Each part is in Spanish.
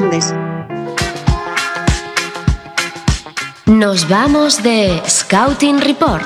Fernández. Nos vamos de Scouting Report.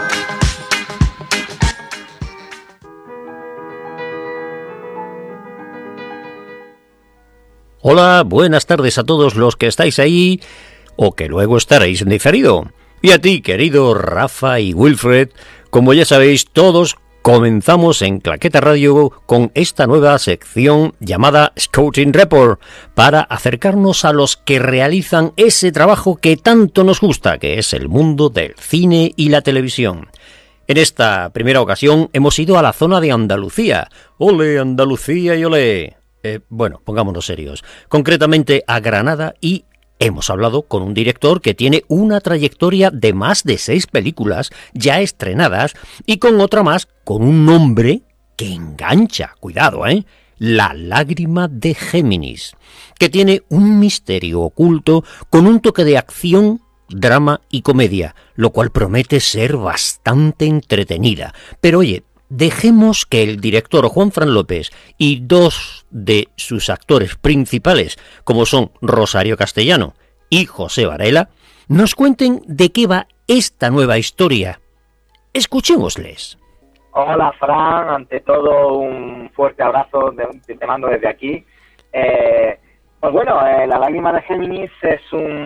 Hola, buenas tardes a todos los que estáis ahí o que luego estaréis en diferido. Y a ti, querido Rafa y Wilfred, como ya sabéis todos, comenzamos en Claqueta Radio con esta nueva sección llamada Scouting Report para acercarnos a los que realizan ese trabajo que tanto nos gusta, que es el mundo del cine y la televisión. En esta primera ocasión hemos ido a la zona de Andalucía. ¡Ole, Andalucía y ole! Bueno, pongámonos serios. Concretamente a Granada y hemos hablado con un director que tiene una trayectoria de más de 6 películas ya estrenadas y con otra más con un nombre que engancha. Cuidado, ¿eh? La lágrima de Géminis, que tiene un misterio oculto con un toque de acción, drama y comedia, lo cual promete ser bastante entretenida. Pero oye, dejemos que el director Juanfran López y 2 de sus actores principales, como son Rosario Castellano y José Varela, nos cuenten de qué va esta nueva historia. Escuchémosles. Hola, Fran, ante todo un fuerte abrazo te mando desde aquí. Pues bueno, La lágrima de Géminis es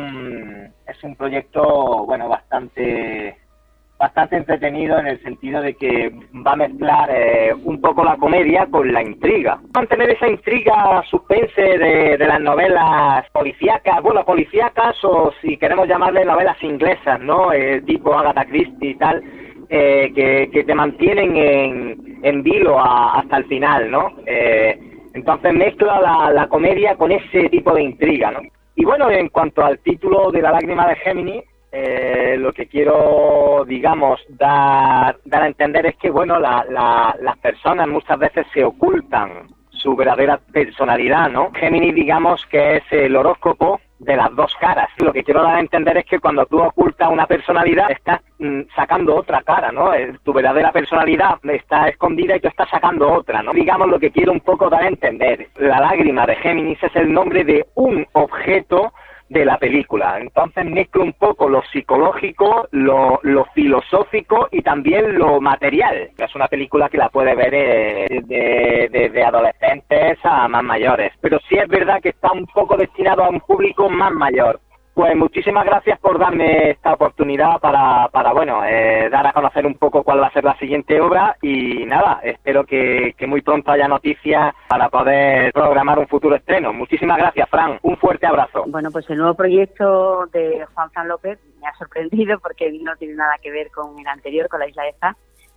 un proyecto, bueno, bastante entretenido en el sentido de que va a mezclar un poco la comedia con la intriga. Mantener esa intriga suspense de las novelas policíacas, bueno, policíacas o si queremos llamarle novelas inglesas, ¿no? Tipo Agatha Christie y tal, que te mantienen en vilo hasta el final, ¿no? Entonces mezcla la comedia con ese tipo de intriga, ¿no? Y bueno, en cuanto al título de La lágrima de Géminis, lo que quiero, digamos, dar a entender es que, bueno, las personas muchas veces se ocultan su verdadera personalidad, ¿no? Géminis, digamos, que es el horóscopo de las dos caras. Lo que quiero dar a entender es que cuando tú ocultas una personalidad, estás sacando otra cara, ¿no? Tu verdadera personalidad está escondida y tú estás sacando otra, ¿no? Digamos, lo que quiero un poco dar a entender. La lágrima de Géminis es el nombre de un objeto de la película. Entonces mezclo un poco lo psicológico, lo filosófico y también lo material. Es una película que la puede ver desde adolescentes a más mayores, pero sí es verdad que está un poco destinado a un público más mayor. Pues muchísimas gracias por darme esta oportunidad para bueno, dar a conocer un poco cuál va a ser la siguiente obra y nada, espero que muy pronto haya noticias para poder programar un futuro estreno. Muchísimas gracias, Fran, un fuerte abrazo. Bueno, pues el nuevo proyecto de Juanfran López me ha sorprendido porque no tiene nada que ver con el anterior, con La isla de Zá,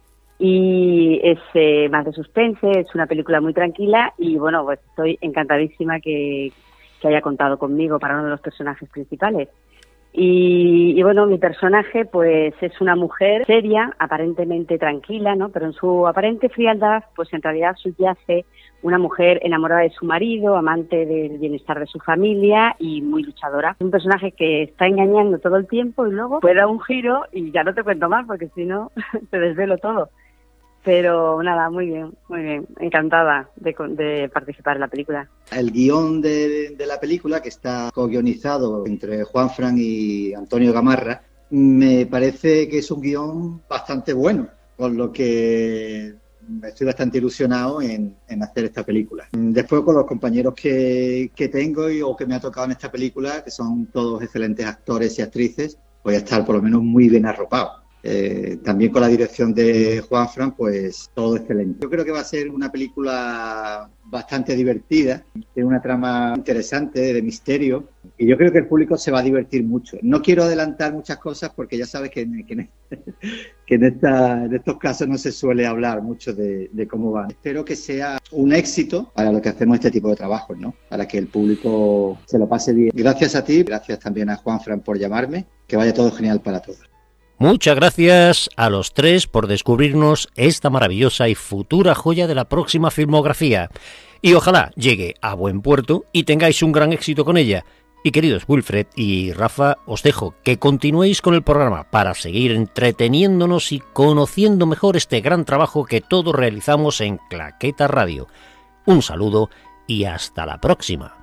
y es más de suspense, es una película muy tranquila y bueno, pues estoy encantadísima que haya contado conmigo para uno de los personajes principales. Y bueno, mi personaje pues es una mujer seria, aparentemente tranquila, ¿no? Pero en su aparente frialdad, pues en realidad subyace una mujer enamorada de su marido, amante del bienestar de su familia y muy luchadora. Es un personaje que está engañando todo el tiempo y luego puede dar un giro y ya no te cuento más porque si no te desvelo todo. Pero nada, muy bien, encantada de participar en la película. El guión de la película, que está co-guionizado entre Juanfran y Antonio Gamarra, me parece que es un guión bastante bueno, con lo que estoy bastante ilusionado en hacer esta película. Después con los compañeros que tengo o que me ha tocado en esta película, que son todos excelentes actores y actrices, voy a estar por lo menos muy bien arropado. También con la dirección de Juanfran, pues todo excelente. Yo creo que va a ser una película bastante divertida, tiene una trama interesante de misterio y yo creo que el público se va a divertir mucho. No quiero adelantar muchas cosas porque ya sabes que en estos casos no se suele hablar mucho de cómo van. Espero que sea un éxito para lo que hacemos este tipo de trabajos, ¿no? Para que el público se lo pase bien. Gracias a ti, gracias también a Juanfran por llamarme, que vaya todo genial para todos. Muchas gracias a los 3 por descubrirnos esta maravillosa y futura joya de la próxima filmografía. Y ojalá llegue a buen puerto y tengáis un gran éxito con ella. Y queridos Wilfred y Rafa, os dejo que continuéis con el programa para seguir entreteniéndonos y conociendo mejor este gran trabajo que todos realizamos en Claqueta Radio. Un saludo y hasta la próxima.